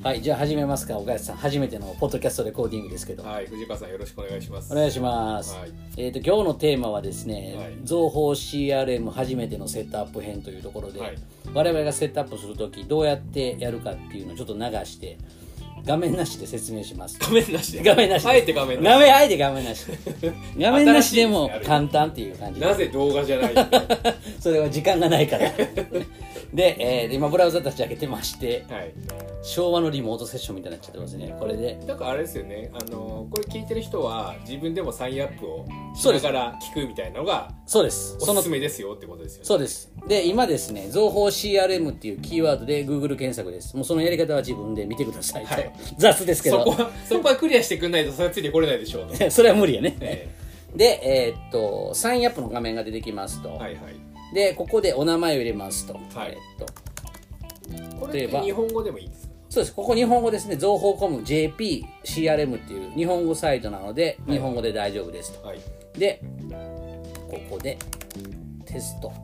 はい、じゃあ始めますか。岡安さん、初めてのポッドキャストレコーディングですけど。 はい、藤川さんよろしくお願いします。 お願いします。 はい、 今日のテーマはですね、 はい、 情報 CRM 初めてのセットアップ編というところで、 はい、 我々がセットアップするときどうやってやるかっていうのをちょっと流して画面なしで説明します。 画面なしで。 画面なしで。 あえて画面なし。 あえて画面なしで。画面なしでも簡単っていう感じで。 なぜ動画じゃないそれは時間がないから。で、今ブラウザ立ち上げてまして、 はい、 昭和のリモートセッションみたいになっちゃってますね。これで。 だからあれですよね。これ聞いてる人は自分でもサインアップをしながら聞くみたいなのがそうです。 おすすめですよってことですよね。 そうです。で、今ですね、情報 CRM っていうキーワードで Google 検索です。もうそのやり方は自分で見てくださいと。はい、雑ですけど。 そこはクリアしてくんないとそれはついてこれないでしょうと。 それは無理やね。で、サインアップの画面が出てきますと。はいはい。で、ここでお名前を入れますと。はい。 これって日本語でもいいんですか？ そうです。ここ日本語ですね。情報コム JP CRM っていう日本語サイトなので、日本語で大丈夫ですと。はい、で、ここでテスト。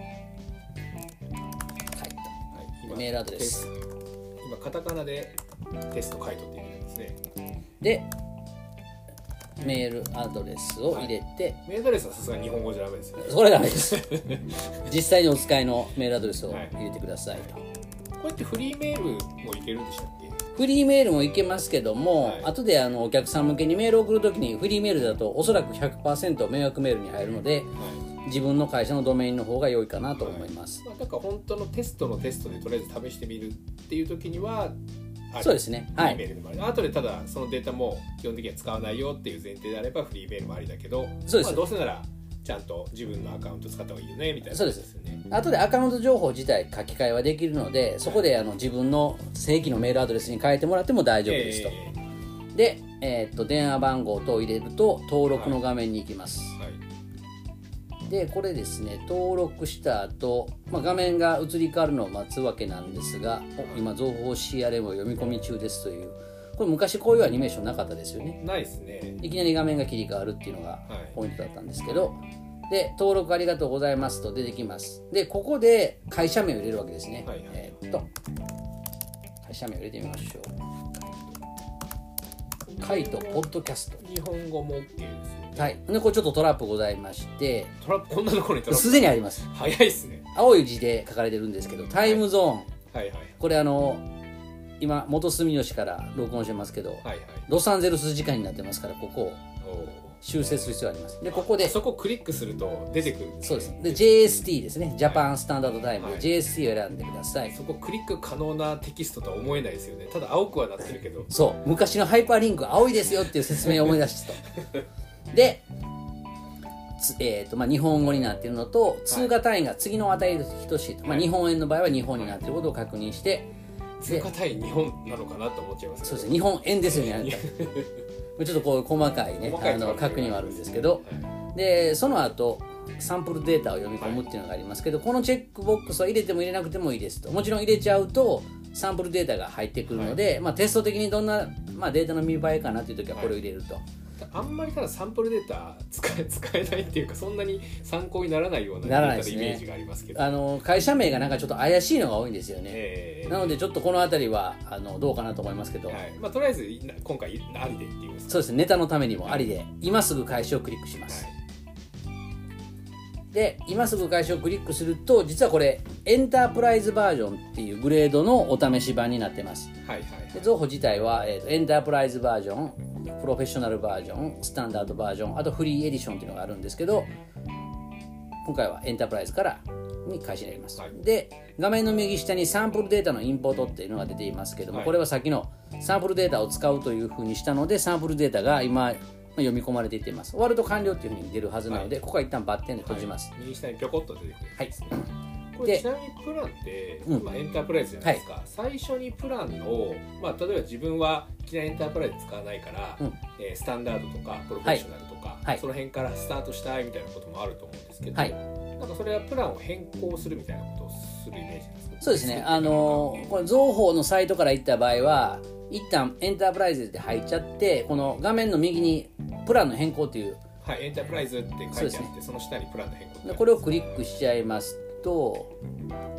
メールアドレス、 今カタカナでテスト書いとって入れるんですね。 でメールアドレスを入れて、 メールアドレスはさすがに日本語じゃダメですよね。 それダメです実際にお使いのメールアドレスを入れてくださいと。 こうやってフリーメールもいけるんでしたっけ？ フリーメールもいけますけども、後でお客さん向けにメールを送るときにフリーメールだとおそらく 100% 迷惑メールに入るので、自分の会社のドメインの方が良いかなと思います。 だから本当のテストでとりあえず試してみるっていう時にはそうですね。 フリーメールでもあり、後でただそのデータも基本的には使わないよっていう前提であればフリーメールもありだけど、そうです、どうせならちゃんと自分のアカウント使った方がいいよねみたいな。 そうですよね。後でアカウント情報自体書き換えはできるので、そこで自分の正規のメールアドレスに変えてもらっても大丈夫ですと。で、電話番号等入れると登録の画面に行きます。でこれですね、登録した後、画面が移り変わるのを待つわけなんですが、今情報 CRM を読み込み中ですという、これ昔こういうアニメーションなかったですよね。 ないですね。 いきなり画面が切り替わるっていうのがポイントだったんですけど、で登録ありがとうございますと出てきます。でここで会社名を入れるわけですね。会社名を入れてみましょう。カイトポッドキャスト。 日本語も OK ですよね。 はい。でこれちょっとトラップございまして、 トラップこんなところにトラップすでにあります。 早いですね。 青い字で書かれてるんですけど、タイムゾーン。はいはい。これ今元住吉から録音してますけど、はいはい、ロサンゼルス時間になってますから、ここを修正する必要があります。でここでそこをクリックすると出てくるんです、ね、 そうです。で JST ですね、ジャパンスタンダードタイムで JST を選んでください。 そこクリック可能なテキストとは思えないですよね。ただ青くはなってるけど、 そう昔のハイパーリンク青いですよっていう説明を思い出すとで、日本語になっているのと、通貨単位が次の値と等しいと、日本円の場合は日本になっていることを確認して、 通貨単位日本なのかなと思っちゃいますけど、 そうですね、日本円ですよねちょっとこう細かいね、確認はあるんですけど、でその後サンプルデータを読み込むっていうのがありますけど、このチェックボックスは入れても入れなくてもいいですと。もちろん入れちゃうとサンプルデータが入ってくるので、テスト的にどんな、データの見栄えかなという時はこれを入れると。 あんまりただサンプルデータ使えないっていうか、そんなに参考にならないようなデータのイメージがありますけど、 会社名がなんかちょっと怪しいのが多いんですよね。なのでちょっとこの辺りはどうかなと思いますけど、 とりあえず今回ありでっていう。 そうですね、ネタのためにもありで、今すぐ開始をクリックします。で今すぐ開始をクリックすると、実はこれエンタープライズバージョンっていうグレードのお試し版になってます。で情報自体は、エンタープライズバージョン、プロフェッショナルバージョン、スタンダードバージョン、あとフリーエディションっていうのがあるんですけど、今回はエンタープライズからに開始になります。で画面の右下にサンプルデータのインポートっていうのが出ていますけども、これはさっきのサンプルデータを使うというふうにしたので、サンプルデータが今読み込まれていっています。終わると完了っていうふうに出るはずなので、ここは一旦バッテンで閉じます。 右下にピョコッと出てくるんですね。これちなみにプランって、エンタープライズじゃないですか。最初にプランを、例えば自分はいきなりエンタープライズ使わないから、スタンダードとかプロフェッショナルとか、その辺からスタートしたいみたいなこともあると思うんですけど、なんかそれはプランを変更するみたいなことをするイメージですか？ そうですね。これ情報のサイトから行った場合は、一旦エンタープライズで入っちゃって、この画面の右にプランの変更という、 エンタープライズって書いてあって、その下にプランの変更、 これをクリックしちゃいますと、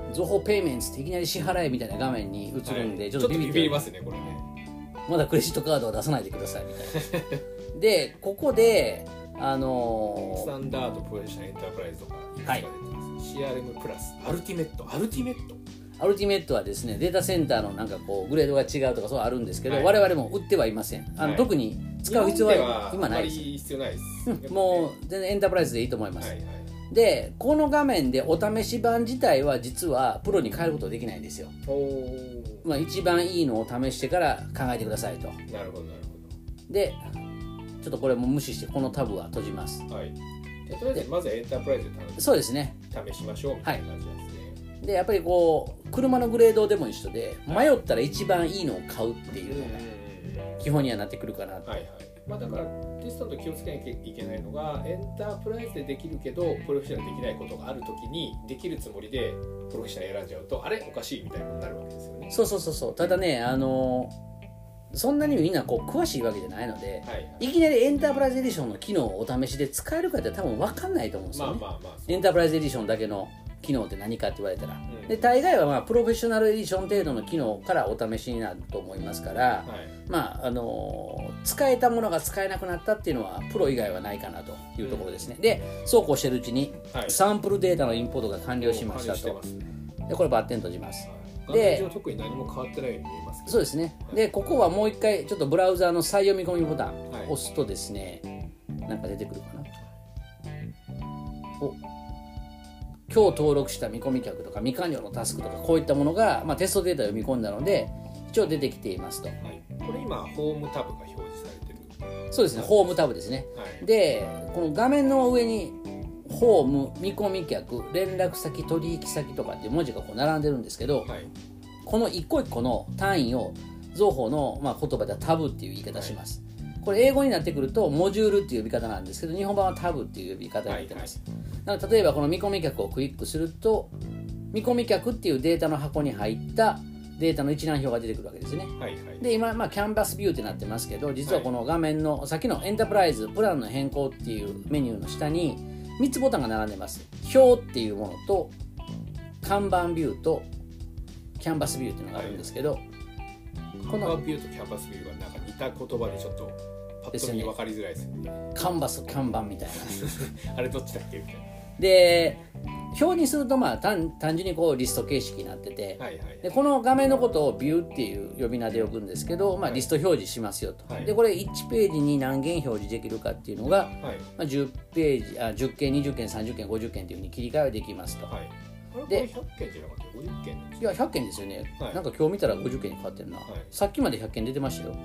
情報ペイメンツっていきなり支払いみたいな画面に映るんで、 はい、ちょっとビビりますねこれね。 まだクレジットカードは出さないでくださいみたいなでここでスタンダードプロフェッショナルエンタープライズとかいくつか出てます、はい、CRM プラスアルティメットはですね、データセンターのなんかこうグレードが違うとかそうあるんですけど、はい、我々も売ってはいません。 はい、 特に使う必要は今ないです。 必要ないです。 もう全然エンタープライズでいいと思います。 はいはい、 でこの画面でお試し版自体は実はプロに変えることできないんですよ。まあ、一番いいのを試してから考えてくださいと。 なるほどなるほど。でちょっとこれも無視してこのタブは閉じます。 はい。とりあえずまずエンタープライズでそうですね。 試しましょうみたいな感じなんですね。 はい、でやっぱりこう車のグレードでも一緒で、迷ったら一番いいのを買うっていうのが基本にはなってくるかなと。 はいはい。まあだからテストと気をつけなきゃいけないのがエンタープライズでできるけどプロフェッショナルできないことがあるときにできるつもりでプロフェッショナル選んじゃうとあれおかしいみたいになるわけですよね。 そう。ただねそんなにみんなこう詳しいわけじゃないので、 はいはい、 いきなりエンタープライズエディションの機能をお試しで使えるかって多分分かんないと思うんですよね。エンタープライズエディションだけの機能って何かって言われたら、で大概はまあプロフェッショナルエディション程度の機能からお試しになると思いますから、はい、まあ使えたものが使えなくなったっていうのはプロ以外はないかなというところですね。でそうこうしてるうちに、サンプルデータのインポートが完了しましたと。でこれバッテン閉じます。 で特に何も変わってないように見えますけど、 そうですね。でここはもう一回ちょっとブラウザーの再読み込みボタンを押すとですね、なんか出てくるかな。今日登録した見込み客とか未完了のタスクとかこういったものが、まあ、テストデータを読み込んだので一応出てきていますと。はい、 これ今ホームタブが表示されてる。 そうですね、ホームタブですね。はい、でこの画面の上にホーム、見込み客、連絡先、取引先とかっていう文字がこう並んでるんですけど、はい、この一個一個の単位を造法のまあ言葉ではタブっていう言い方します。はい、これ英語になってくるとモジュールっていう呼び方なんですけど、日本版はタブっていう呼び方になってます。はいはい、例えばこの見込み客をクリックすると、見込み客っていうデータの箱に入ったデータの一覧表が出てくるわけですね。はいはい、で今、まあ、キャンバスビューってなってますけど、実はこの画面の、さっきのエンタープライズプランの変更っていうメニューの下に3つボタンが並んでます。表っていうものと看板ビューとキャンバスビューっていうのがあるんですけど、はい、 この看板ビューとキャンバスビューはなんか似た言葉でちょっとパッと見分かりづらいですよね。 カンバスと看板みたいなあれどっちだっけみたいな。 で表にするとまあ単純にこうリスト形式になってて、はいはい、でこの画面のことをビューっていう呼び名で呼ぶんですけど、まあ、リスト表示しますよと、はい、でこれ1ページに何件表示できるかっていうのが、はい、まあ、10件20件30件50件っていうふうに切り替えできますと。はい、 で100件じゃなかった50件いや100件ですよね。はい、なんか今日見たら50件に変わってるな。はい、さっきまで100件出てましたよ。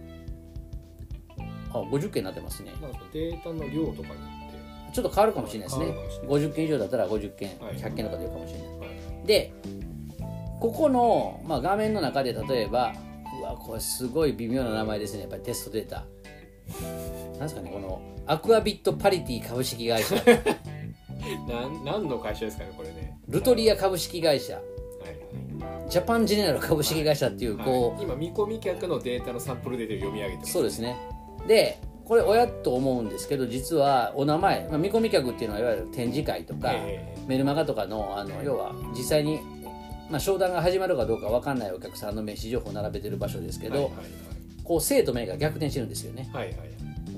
あ、50件になってますね。 なんかデータの量とかにちょっと変わるかもしれないですね。50件以上だったら50件、100件とか出るかもしれない。はい、で、ここの、まあ、画面の中で例えば、うわ、これすごい微妙な名前ですね。やっぱりテストデータ。なんですかね、このアクアビットパリティ株式会社。 何の会社ですかね、これね。 ルトリア株式会社。ジャパンジェネラル株式会社っていう、こう、今見込み客のデータのサンプルデータを読み上げてます。 そうですね。でこれ親と思うんですけど、実はお名前、まあ、見込み客っていうのはいわゆる展示会とか、メルマガとかの、要は実際に、まあ、商談が始まるかどうか分かんないお客さんの名刺情報を並べてる場所ですけど、はいはいはい、こう姓と名が逆転してるんですよね。はいはいはい、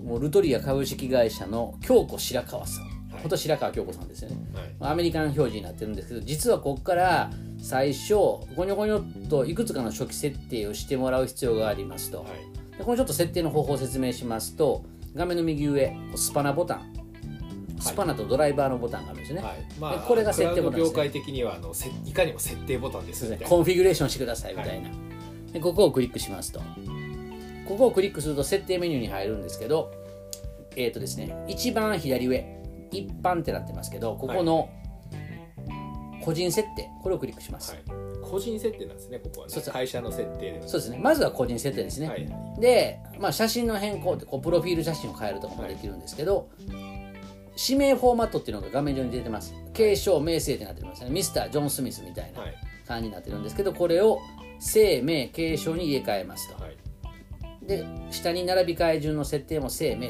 もうルトリア株式会社の京子白川さん、本当白川京子さんですよね。はい、アメリカン表示になってるんですけど、実はここから最初ゴニョゴニョっといくつかの初期設定をしてもらう必要がありますと。はい、でこのちょっと設定の方法を説明しますと、画面の右上スパナボタン、スパナとドライバーのボタンがあるんですね。はい、まあ、でこれが設定ボタンです、ね。 業界的にはいかにも設定ボタンですみたいな。 コンフィギュレーションしてくださいみたいな。はい、でここをクリックしますと、ここをクリックすると設定メニューに入るんですけど、ですね、一番左上一般ってなってますけど、ここの個人設定、これをクリックします。はい、 個人設定なんですね、ここはね。会社の設定で。 そうですね。まずは個人設定ですね。はいはい、で、まあ、写真の変更ってこうプロフィール写真を変えるとかもできるんですけど、指名フォーマットっていうのが画面上に出てます。継承名声ってなってますね。ミスター・ジョン・スミスみたいな感じになってるんですけど、これを姓名継承に入れ替えますと。はい、で下に並び替え順の設定も姓名となって、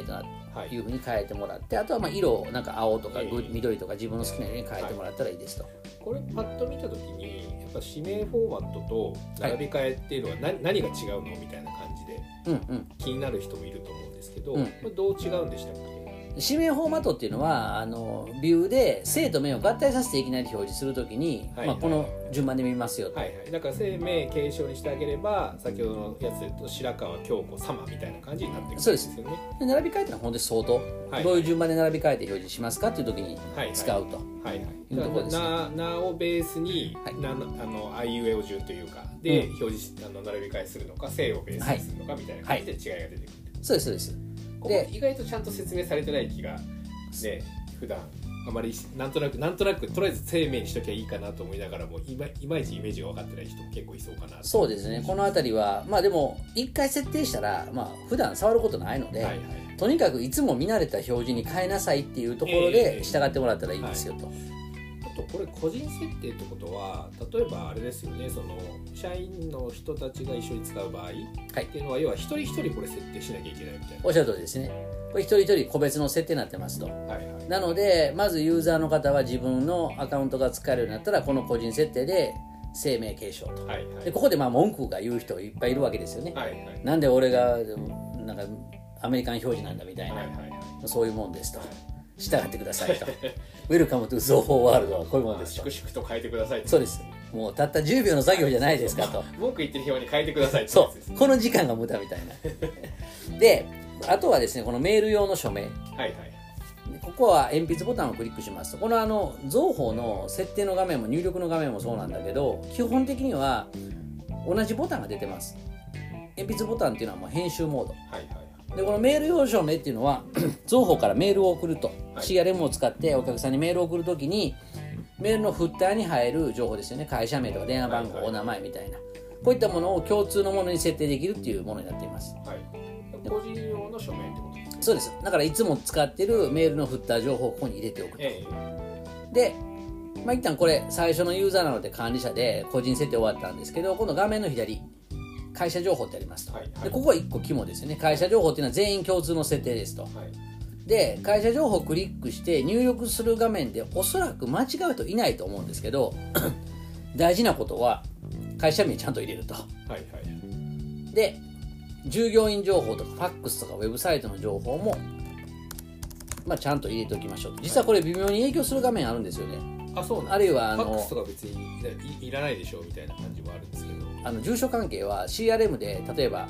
いうふうに変えてもらって、あとはまあ色をなんか青とか緑とか自分の好きな色に変えてもらったらいいですと。 これパッと見た時にやっぱ指名フォーマットと並び替えっていうのは何が違うのみたいな感じで気になる人もいると思うんですけど、これどう違うんでしたっけ？ 指名フォーマットっていうのはビューで生と名を合体させていきなり表示するときに、この順番で見ますよと、 だから生名継承にしてあげれば先ほどのやつで言うと白川京子様みたいな感じになってくるんですよね。そうです。 で並び替えってのは本当に相当、どういう順番で並び替えて表示しますかっていうときに使うというところですね。 名をベースにあいうえお順というかで表示並び替えするのか、生をベースにするのかみたいな感じで違いが出てくる。 そうです、そうです。 で意外とちゃんと説明されてない気がね、普段あまりなんとなくとりあえず生命にしときゃいいかなと思いながらもいまいちイメージが分かってない人も結構いそうかな。 そうですね。このあたりはまあでも一回設定したら普段触ることないので、とにかくいつも見慣れた表示に変えなさいっていうところで従ってもらったらいいですよと。 あとこれ個人設定ってことは例えばあれですよね、その社員の人たちが一緒に使う場合っていうのは、要は一人一人これ設定しなきゃいけないみたいな。 おっしゃる通りですね。これ一人一人個別の設定になってますと、なのでまずユーザーの方は自分のアカウントが使えるようになったらこの個人設定で生命継承と、でここで文句が言う人いっぱいいるわけですよね、なんで俺がなんかアメリカン表示なんだみたいな、そういうもんですと、従ってくださいとウェルカムトゥ情報ワールドはこういうもんですと、 粛々と変えてくださいと。 そうです。もうたった10秒の作業じゃないですかと文句言ってるように変えてくださいってやつです。そう、この時間が無駄みたいなであとはですね、このメール用の署名、ここは鉛筆ボタンをクリックしますと、この双方の設定の画面も入力の画面もそうなんだけど、基本的には同じボタンが出てます。鉛筆ボタンっていうのはもう編集モード、でこのメール用署名っていうのは双方からメールを送ると、CRM を使ってお客さんにメールを送るときにメールのフッターに入る情報ですよね、会社名とか電話番号、お名前みたいな、こういったものを共通のものに設定できるっていうものになっています。 個人用の署名ってことですか？ そうです。だからいつも使ってるメールのフッター情報をここに入れておくと、で、一旦これ最初のユーザーなので管理者で個人設定終わったんですけど、今度画面の左会社情報ってありますと、でここは1個肝ですよね。会社情報っていうのは全員共通の設定ですと、で会社情報をクリックして入力する画面でおそらく間違う人いないと思うんですけど大事なことは会社名ちゃんと入れると、で従業員情報とかファックスとかウェブサイトの情報も、ちゃんと入れておきましょうと。実はこれ微妙に影響する画面あるんですよね。 あるいはファックスとか別にいらないでしょうみたいな感じもあるんですけど、 住所関係は CRM で例えば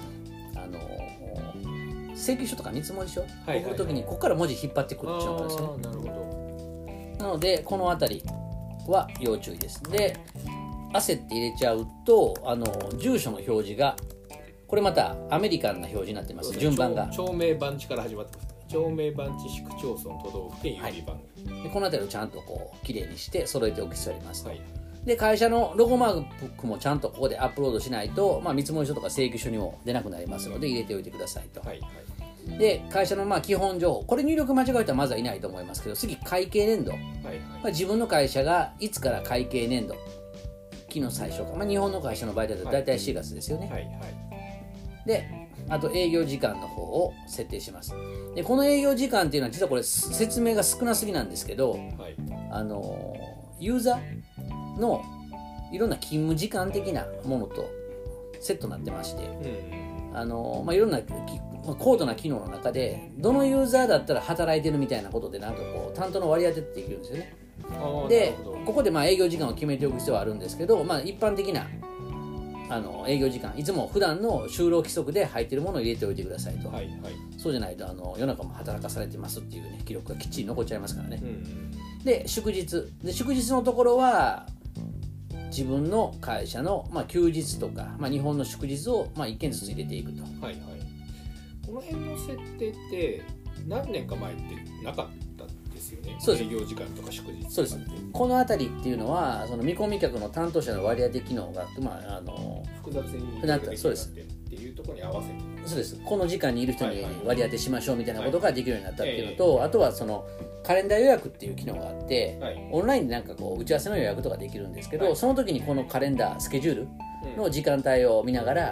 請求書とか見積もり書を送るときにここから文字引っ張ってくるっていうのがあるんですよね。 なるほど。なのでこのあたりは要注意です。で焦って入れちゃうと住所の表示がこれまたアメリカンな表示になってます。順番が町名番地から始まってます。町名番地市区町村都道府県郵便番号、 でこの辺りをちゃんときれいにして揃えておく必要あります。で会社のロゴマークもちゃんとここでアップロードしないと、見積もり書とか請求書にも出なくなりますので入れておいてくださいと、で会社の基本情報、これ入力間違えたらまずはいないと思いますけど、次会計年度、自分の会社がいつから会計年度期の最初か、日本の会社の場合だと大体4月ですよね、であと営業時間の方を設定します。でこの営業時間っていうのは実はこれ説明が少なすぎなんですけど、ユーザーのいろんな勤務時間的なものとセットになってまして、いろんな高度な機能の中でどのユーザーだったら働いてるみたいなことで担当の割り当てってできるんですよね。でここで営業時間を決めておく必要はあるんですけど、一般的な営業時間、いつも普段の就労規則で入っているものを入れておいてくださいと、そうじゃないと夜中も働かされてますっていう、記録がきっちり残っちゃいますからね、で祝日のところは自分の会社の、休日とか、日本の祝日を、1件ずつ入れていくと、 この辺の設定って何年か前ってなかったですよね。 そうです。 営業時間とか祝日とかって。 そうです。このあたりっていうのはその見込み客の担当者の割り当て機能が複雑になった。そうです。 っていうところに合わせて。 そうです。この時間にいる人に割り当てしましょうみたいなことができるようになったっていうのと、あとはそのカレンダー予約っていう機能があって、オンラインで打ち合わせの予約とかできるんですけど、その時にこのカレンダースケジュールの時間帯を見ながら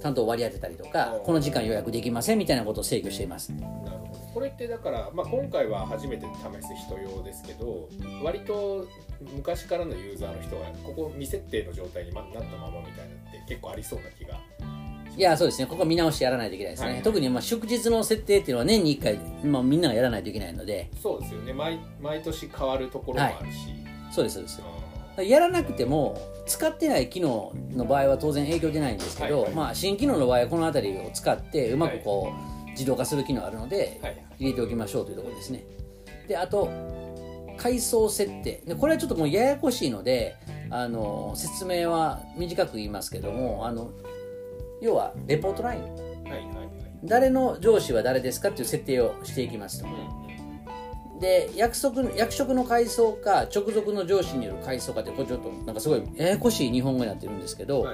担当を割り当てたりとか、この時間予約できませんみたいなことを制御しています。 なるほど。これってだから、今回は初めて試す人用ですけど、割と昔からのユーザーの人はここ未設定の状態になったままみたいなって結構ありそうな気が。 いや、そうですね。ここ見直してやらないといけないですね。特に祝日の設定っていうのは年に1回、みんながやらないといけないので。 そうですよね。毎年変わるところもあるし。 そうですそうです。やらなくても使ってない機能の場合は当然影響出ないんですけど、新機能の場合はこの辺りを使ってうまく自動化する機能あるので入れておきましょうというところですね。で、あと階層設定で、これはちょっともうややこしいので説明は短く言いますけども、要はレポートライン、誰の上司は誰ですかっていう設定をしていきますと。で、役職の階層か直属の上司による階層かって、これちょっとなんかすごいややこしい日本語になってるんですけど、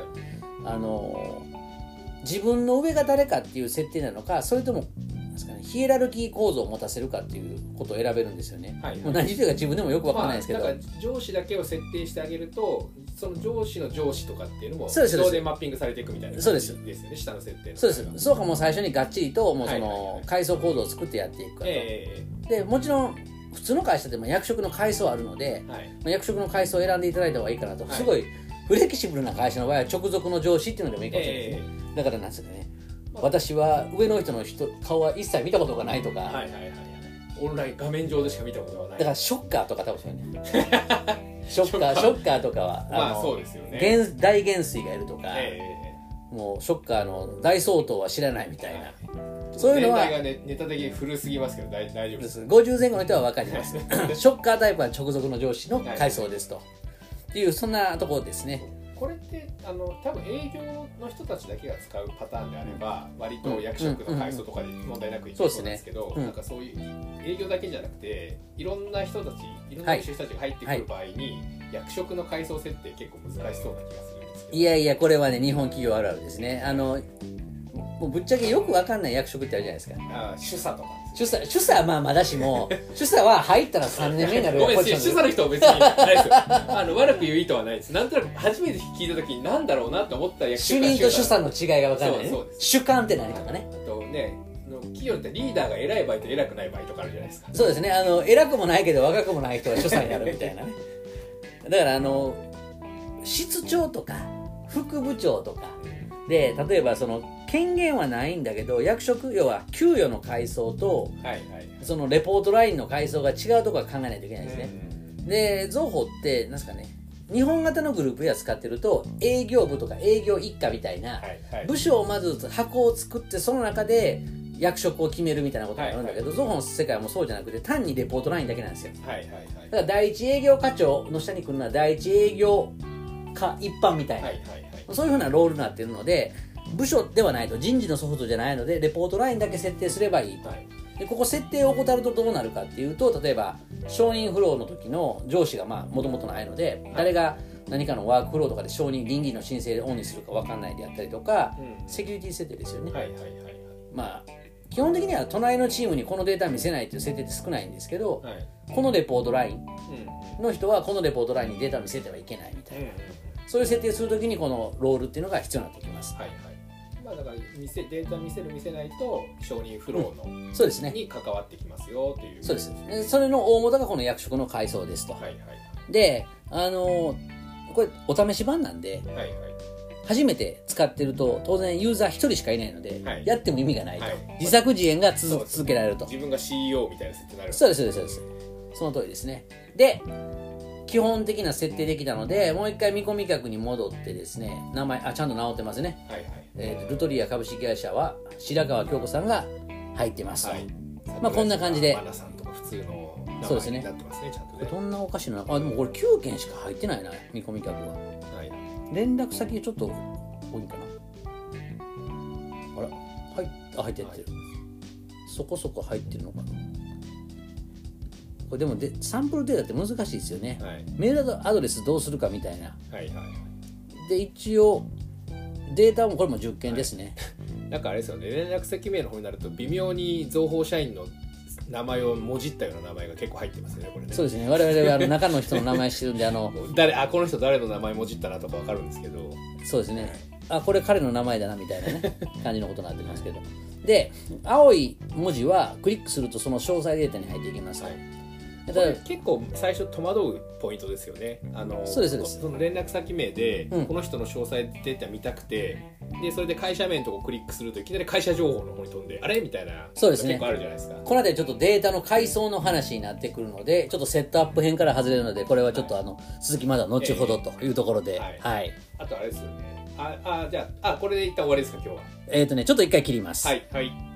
自分の上が誰かっていう設定なのか、それともですかね、ヒエラルキー構造を持たせるかっていうことを選べるんですよね。もう何言ってるか自分でもよく分からないですけど、 だから上司だけを設定してあげると、その上司の上司とかっていうのも自動でマッピングされていくみたいな感じですよね。下の設定の。 そうです。そうか、もう最初にがっちりともうその階層構造を作ってやっていくかと。で、もちろん普通の会社でも役職の階層あるので、役職の階層を選んでいただいた方がいいかなと。すごいフレキシブルな会社の場合は直属の上司っていうのでもいいかもしれないですね。だからなんですかね、私は上の人の顔は一切見たことがないとか、 オンライン画面上でしか見たことがない。 だからショッカーとか多分そうね。ショッカーとかはそうですよね。 大元帥がいるとか、もうショッカーの大総統は知らないみたいな。そういうのは年代がネタ的に古すぎますけど大丈夫です。 50前後の人は分かります。ショッカータイプは直属の上司の階層ですと。っていうそんなところですね。 これって多分営業の人たちだけが使うパターンであれば割と役職の階層とかで問題なくいけそうなんですけど、なんかそういう営業だけじゃなくていろんな人たち、いろんな人たちが入ってくる場合に、役職の階層設定結構難しそうな気がするんですけど。 いやこれはね、日本企業あるあるですね。もうぶっちゃけよく分かんない役職ってあるじゃないですか。 主査とか。 主査はまだしも主査は入ったら3年目になる。 ごめん、主査の人は別にないですよ。悪く言う意図はないです。なんとなく初めて聞いた時に何だろうなと思った役職。 主任と主査の違いが分からないね。主幹って何とかね。 あとね、企業ってリーダーが偉い場合と偉くない場合とかあるじゃないですか。 そうですね。偉くもないけど若くもない人が主査になるみたいなね。だから室長とか副部長とかで、例えばその権限はないんだけど役職、要は給与の階層と、そのレポートラインの階層が違うところは考えないといけないですね。で、ゾホってなんですかね、日本型のグループや使ってると営業部とか営業一課みたいな部署をまず箱を作って、その中で役職を決めるみたいなことがあるんだけど、ゾホの世界はもうそうじゃなくて単にレポートラインだけなんですよ。だから第一営業課長の下に来るのは第一営業課一般みたいな、そういうふうなロールになっているので、部署ではないと、人事のソフトじゃないのでレポートラインだけ設定すればいいと。で、ここ設定を怠るとどうなるかっていうと、例えば承認フローの時の上司がもともとないので、誰が何かのワークフローとかで承認、倫理の申請でオンにするか分かんないであったりとか、セキュリティ設定ですよね。基本的には隣のチームにこのデータ見せないっていう設定って少ないんですけど、このレポートラインの人はこのレポートラインにデータ見せてはいけないみたいな、そういう設定するときにこのロールっていうのが必要になってきます。 だからデータ見せる見せないと承認フローの、 そうですね、 に関わってきますよという。 そうです。それの大元がこの役職の階層ですと。で、これお試し版なんで、初めて使ってると当然ユーザー1人しかいないので、やっても意味がないと、自作自演が続けられると。 自分が CEO みたいな設定になる。 そうです。その通りですね。で、基本的な設定できたので、もう一回見込み客に戻ってですね、名前ちゃんと直ってますね。ルトリア株式会社は白川京子さんが入ってます。こんな感じで。 マナさんとか普通の名前になってますね、ちゃんとね。 どんなおかしな、でもこれ9件しか入ってないな、見込み客は。連絡先ちょっと多いかな。入ってる。そこそこ入ってるのかな。これでもサンプルデータって難しいですよね。メールアドレスどうするかみたいな。で、一応データもこれも10件ですね。 なんかあれですよね、連絡先名の方になると微妙に情報社員の名前をもじったような名前が結構入ってますよね、これね。 そうですね。我々は中の人の名前してるんでこの人誰の名前もじったなとか分かるんですけど。 そうですね。 これ彼の名前だなみたいなね感じのことになってますけど、で青い文字はクリックするとその詳細データに入っていきます、はい、 だから結構最初戸惑うポイントですよね。 そうですその連絡先名で、この人の詳細データ見たくて、でそれで会社名のとこクリックするといきなり会社情報の方に飛んであれみたいな、 そうですね、 結構あるじゃないですか。 この辺りちょっとデータの階層の話になってくるので、ちょっとセットアップ編から外れるので、これはちょっと続きまだ後ほどというところで、はい、 あとあれですよね。じゃあこれで一旦終わりですか今日は。 ちょっと一回切ります。 はいはい。